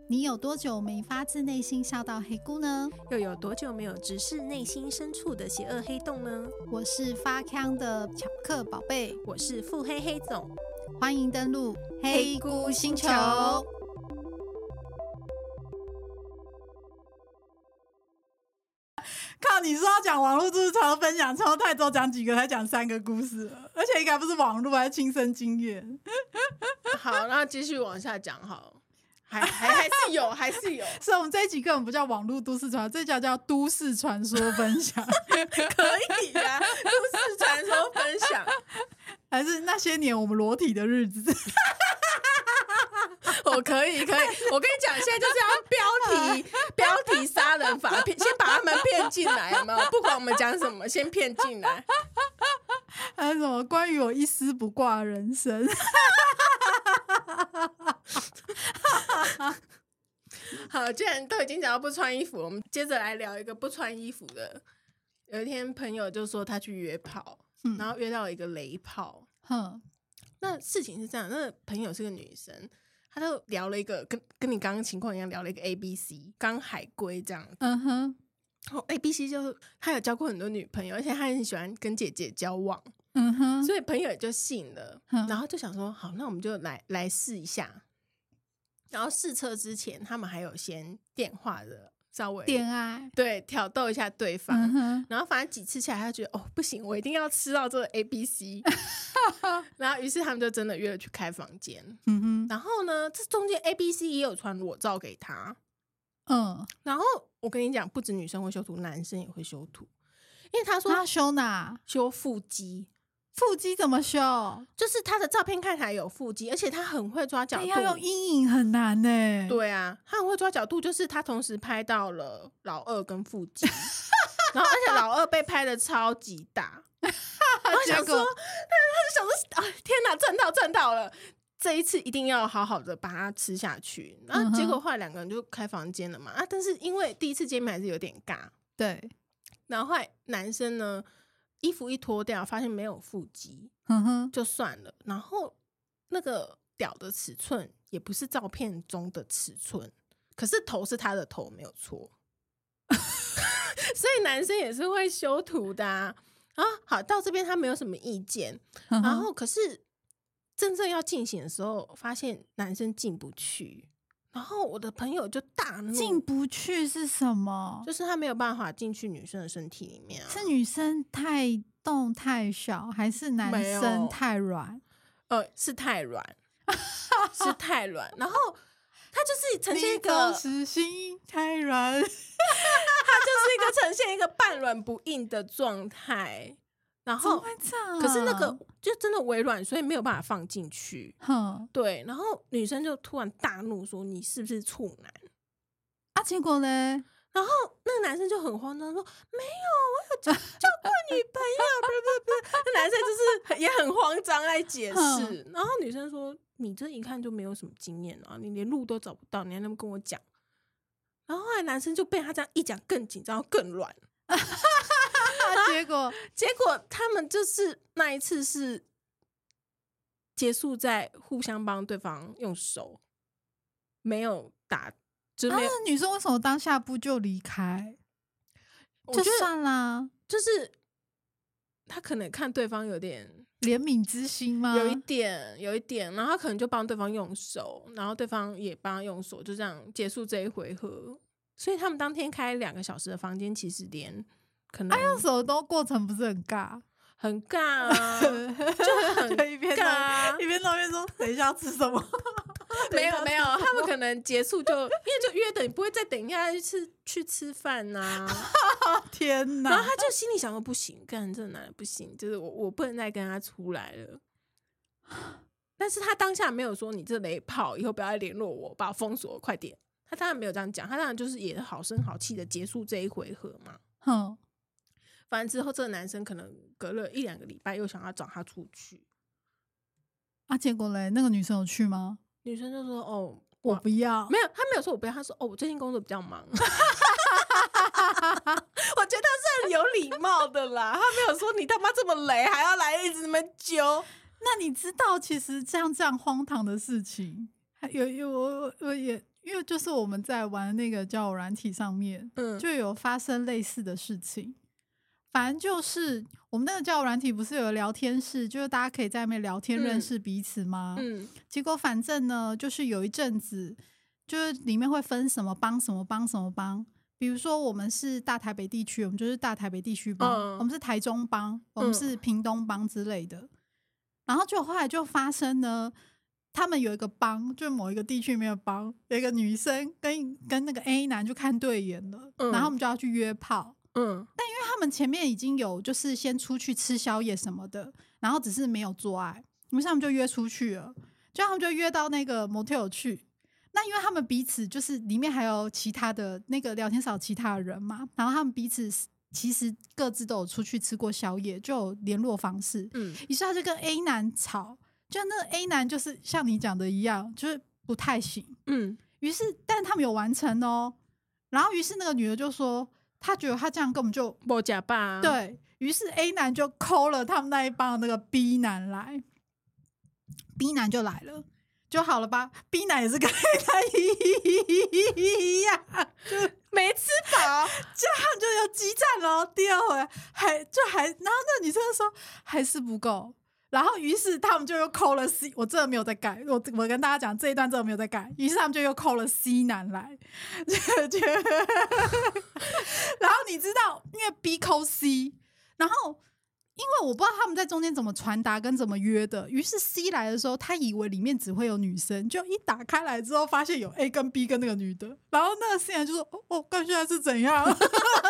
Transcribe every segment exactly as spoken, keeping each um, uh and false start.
你有多久没发自内心笑到黑菇呢？ 又有多久没有直视内心深处的邪恶黑洞呢？ 我是发腔的巧克宝贝， 我是腹黑黑总， 欢迎登录黑菇星球。 靠，你说要讲网络都市传说分享，超太多讲几个才讲三个故事了，而且应该不是网络，还是亲身经验。 好，那继续往下讲好。还还还是有，还是有。 所以我们这一集根本不叫网络都市传说，这叫叫都市传说分享。 可以呀、啊，都市传说分享， 还是那些年我们裸体的日子。 我可以，可以。我跟你讲，现在就是要标题标题杀人法，先把他们骗进来，有没有？不管我们讲什么，先骗进来。 还有什么关于我一丝不挂的人生？ 好，既然都已经讲到不穿衣服，我们接着来聊一个不穿衣服的。有一天朋友就说他去约炮、嗯、然后约到了一个雷炮、嗯、那事情是这样，那个朋友是个女生，她就聊了一个跟跟你刚刚情况一样，聊了一个 A B C 刚海归这样子。嗯哼，然后 A B C 就他有交过很多女朋友，而且他很喜欢跟姐姐交往。嗯哼，所以朋友也就信了、嗯、然后就想说好，那我们就来来试一下。然后试车之前他们还有先电话的稍微恋爱， 对，挑逗一下对方、嗯、然后反正几次下来他觉得哦不行，我一定要吃到这个 A B C 然后于是他们就真的约了去开房间、嗯、哼，然后呢这中间 A B C 也有传裸照给他，嗯，然后我跟你讲不止女生会修图，男生也会修图，因为他说他修哪？ 修腹肌。 腹肌怎么修？ 就是他的照片看起来有腹肌，而且他很会抓角度， 要用阴影很难耶。 对啊，他很会抓角度，就是他同时拍到了老二跟腹肌然后而且老二被拍的超级大我想说他就想说、啊、天哪，赚到赚到了，这一次一定要好好的把它吃下去。然后结果后来两个人就开房间了嘛、嗯、啊，但是因为第一次见面还是有点尬， 对， 然后后来男生呢衣服一脱掉发现没有腹肌、嗯、就算了，然后那个屌的尺寸也不是照片中的尺寸，可是头是他的头没有错所以男生也是会修图的啊。然后好，到这边他没有什么意见、嗯、然后可是真正要进行的时候发现男生进不去，然后我的朋友就大怒。 进不去是什么？ 就是他没有办法进去女生的身体里面、啊、 是女生太洞太小还是男生太软？ 呃，是太软是太软，然后他就是呈现一个是心太软他就是一个呈现一个半软不硬的状态，然后怎么会这样啊？ 可是那个就真的微软，所以没有办法放进去。对，然后女生就突然大怒说你是不是处男啊？结果呢？ 然后那个男生就很慌张说没有，我有交过女朋友不不不那男生就是也很慌张在解释然后女生说你这一看就没有什么经验啊，你连路都找不到，你还那么跟我讲。然后后来男生就被他这样一讲更紧张更软结果结果他们就是那一次是结束在互相帮对方用手，没有打就没有、 啊、女生为什么当下不就离开就算啦？ 就是他可能看对方有点怜悯之心吗？ 有一点有一点，然后他可能就帮对方用手，然后对方也帮他用手，就这样结束这一回合。所以他们当天开两个小时的房间，其实连可能哎用手都过程不是很尬？ 很尬啊就很就一边尬一边弄一边说等一下要吃什么没有没有，他们可能结束就因为就约的，你不会再等一下去吃去吃饭呐、啊、 天哪！ 然后他就心里想说不行，干这男的不行，就是我我不能再跟他出来了。但是他当下没有说你这雷炮以后不要再联络我，把我封锁快点，他当然没有这样讲，他当然就是也好声好气的结束这一回合嘛。哼，反正之后这个男生可能隔了一两个礼拜又想要找他出去啊，结果嘞那个女生有去吗？ 女生就说哦我不要， 没有，他没有说我不要，他说哦我最近工作比较忙我觉得他是很有礼貌的啦他没有说你他妈这么雷还要来一直那么揪。 那你知道其实这样这样荒唐的事情有有我我也因为就是我们在玩那个交友软体上面，嗯，就有发生类似的事情。反正就是我们那个交友软体不是有聊天室，就是大家可以在那边聊天认识彼此吗？嗯，嗯结果反正呢，就是有一阵子，就是里面会分什么帮什么帮什么帮。比如说我们是大台北地区，我们就是大台北地区帮、嗯、我们是台中帮，我们是屏东帮之类的、嗯、然后就后来就发生呢，他们有一个帮，就某一个地区里面的帮，有一个女生跟跟那个 A 男就看对眼了、嗯、然后我们就要去约炮，嗯，但因为他们前面已经有就是先出去吃宵夜什么的，然后只是没有做爱，于是他们就约出去了，就他们就约到那个 motel 去。那因为他们彼此就是里面还有其他的那个聊天室有其他的人嘛，然后他们彼此其实各自都有出去吃过宵夜，就有联络方式。嗯，于是他就跟 A 男吵，就那个 A 男就是像你讲的一样，就是不太行。嗯，于是但他们有完成哦，然后于是那个女的就说，她觉得她这样根本就没假吧。 对，于是 A 男就call了他们那一帮的那个 B 男来 ，B 男就来了。就好了吧 ，B 男也是跟 A 男一样，就没吃饱， 这样就有激战了。第二回还就还，然后那女生就说还是不够，然后于是他们就又扣了 C， 我真的没有在改，我我跟大家讲这一段真的没有在改，于是他们就又扣了 C 男来，然后你知道，因为 B 扣 C， 然后。因为我不知道他们在中间怎么传达跟怎么约的，于是 C 来的时候，他以为里面只会有女生，就一打开来之后，发现有 A 跟 B 跟那个女的，然后那个 C 人就说：“哦，哦，看现在是怎样？”不是，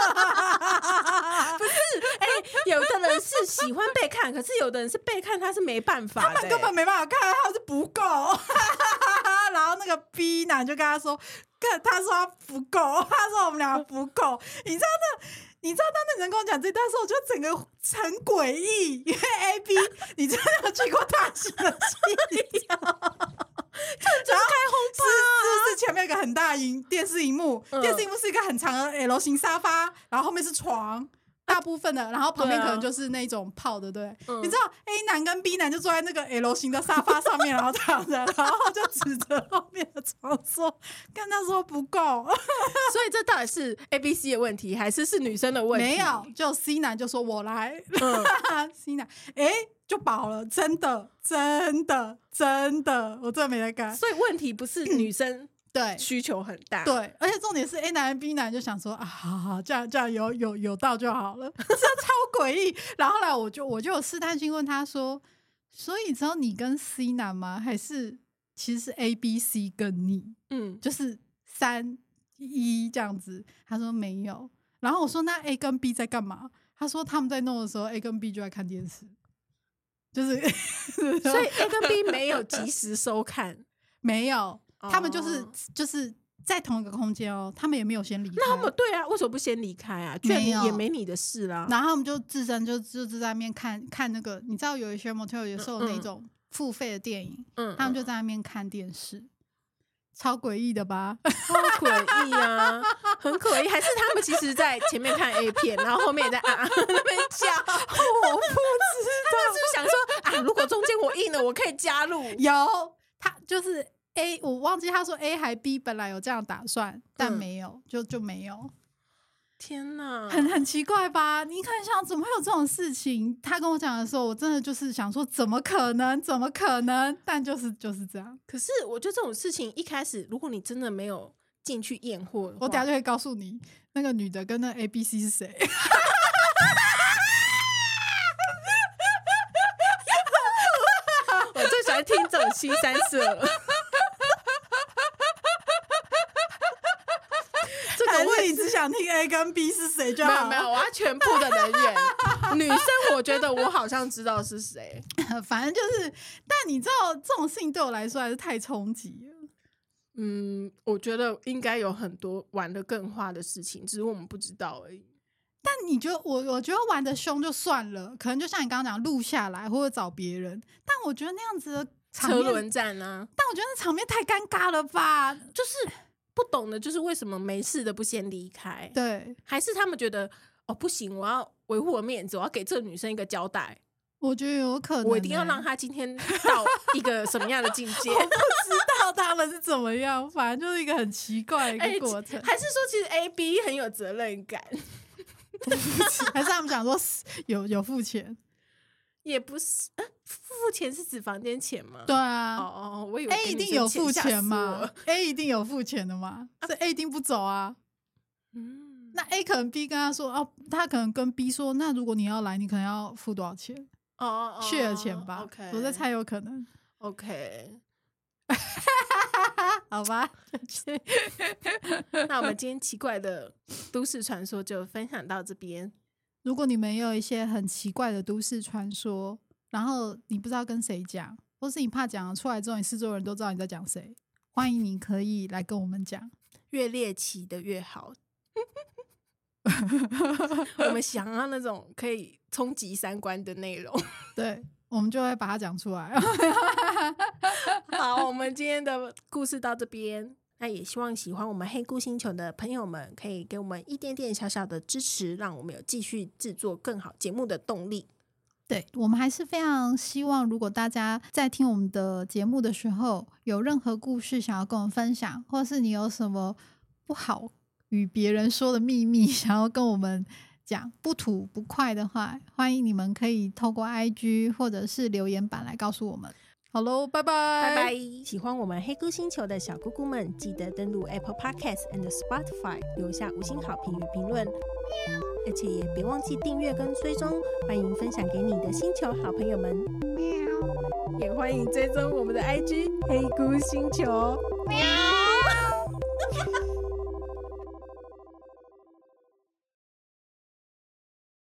哎、欸，有的人是喜欢被看，可是有的人是被看，他是没办法的、欸， 他们根本没办法看，他是不够。然后那个 B 男就跟他说：“看，他说他不够，他说我们俩不够。”你知道那？你知道当那人跟我讲这段时候，我觉得整个很诡异，因为 A B 你真的有去过大型的戏院，然后开轰趴、啊， 是是前面有一个很大的荧电视荧幕、嗯，电视荧幕是一个很长的 L 型沙发，然后后面是床。大部分的，然后旁边可能就是那种泡的， 对, 啊、对、嗯，你知道 A 男跟 B 男就坐在那个 L 型的沙发上面，然后躺着，然后就指着后面的床说，跟他说不够， 所以这到底是 A B C 的问题，还是是女生的问题？ 没有，就 C 男就说我来，嗯、C 男哎、欸、就饱了，真的真的真的，我真的没在干， 所以问题不是女生。嗯对，需求很大。 对，而且重点是 A 男 B 男就想说啊，好好，这样这样有有有到就好了，这超诡异。然后后来我就我就有试探性问他说，所以只有你跟 C 男吗？还是其实是 A B C 跟你？嗯，就是三一这样子。他说没有。然后我说那 A 跟 B 在干嘛？他说他们在弄的时候 ，A 跟 B 就在看电视，就是所以 A 跟 B 没有及时收看， 没有。他们就是就是在同一个空间哦，他们也没有先离开。 那他们对啊，为什么不先离开啊？居然也没你的事啦。 然后他们就自身就就在那边看看那个，你知道有一些 motel 也是有那种付费的电影，嗯，他们就在那边看电视，超诡异的吧？ 超诡异啊，很诡异。还是他们其实在前面看 A 片，然后后面也在啊啊那边叫，我不知道。他们是不是想说啊，如果中间我硬了，我可以加入？ 有。他就是 A， 我忘记他说 A 还 B 本来有这样打算，但没有，嗯、就就没有。 天哪， 很很奇怪吧？你看，想怎么会有这种事情？他跟我讲的时候，我真的就是想说，怎么可能？怎么可能？但就是就是这样。 可是我觉得这种事情一开始，如果你真的没有进去验货， 我等下就会告诉你，那个女的跟那 A B C 是谁。 我最喜欢听这种新三色了。 这个我你只想听 A 跟 B 是谁就好了。 没有没有，我要全部的人员。女生我觉得我好像知道是谁。 反正就是，但你知道这种事情对我来说还是太冲击了。 嗯，我觉得应该有很多玩得更花的事情，只是我们不知道而已。 但你觉得我我觉得玩得凶就算了，可能就像你刚刚讲录下来或者找别人，但我觉得那样子的场面车轮战啊， 但我觉得那场面太尴尬了吧， 就是不懂的就是为什么没事的不先离开， 对， 还是他们觉得哦不行，我要维护我面子，我要给这个女生一个交代， 我觉得有可能、欸、 我一定要让她今天到一个什么样的境界。 我不知道，但他们是怎么样，反正就是一个很奇怪的一个过程。 欸、还是说其实 A B 很有责任感？ 还是他们想说有有付钱？ 也不是，呃、付钱是指房间钱吗？ 对啊。 哦哦，我以为 A 一定有付钱吗 ？A 一定有付钱的吗？所以 A 一定不走啊。嗯，那 A 可能 B 跟他说哦，他可能跟 B 说，那如果你要来，你可能要付多少钱？ 哦哦哦 ，share 钱吧。 OK， 我在猜有可能。 OK， 好吧。 那我们今天奇怪的都市传说就分享到这边。 如果你们有一些很奇怪的都市传说，然后你不知道跟谁讲，或是你怕讲出来之后你四周人都知道你在讲谁，欢迎你可以来跟我们讲， 越猎奇的越好。我们想要那种可以冲击三观的内容， 对，我们就会把它讲出来。 好，我们今天的故事到这边，那也希望喜欢我们黑菇星球的朋友们可以给我们一点点小小的支持，让我们有继续制作更好节目的动力。 对，我们还是非常希望，如果大家在听我们的节目的时候有任何故事想要跟我们分享，或是你有什么不好与别人说的秘密想要跟我们讲，不吐不快的话，欢迎你们可以透过 I G 或者是留言板来告诉我们。好咯，拜拜拜拜！喜欢我们黑菇星球的小姑姑们，记得登录 Apple Podcast and Spotify 留下五星好评与评论，而且也别忘记订阅跟追踪，欢迎分享给你的星球好朋友们，也欢迎追踪我们的 I G 黑菇星球。喵。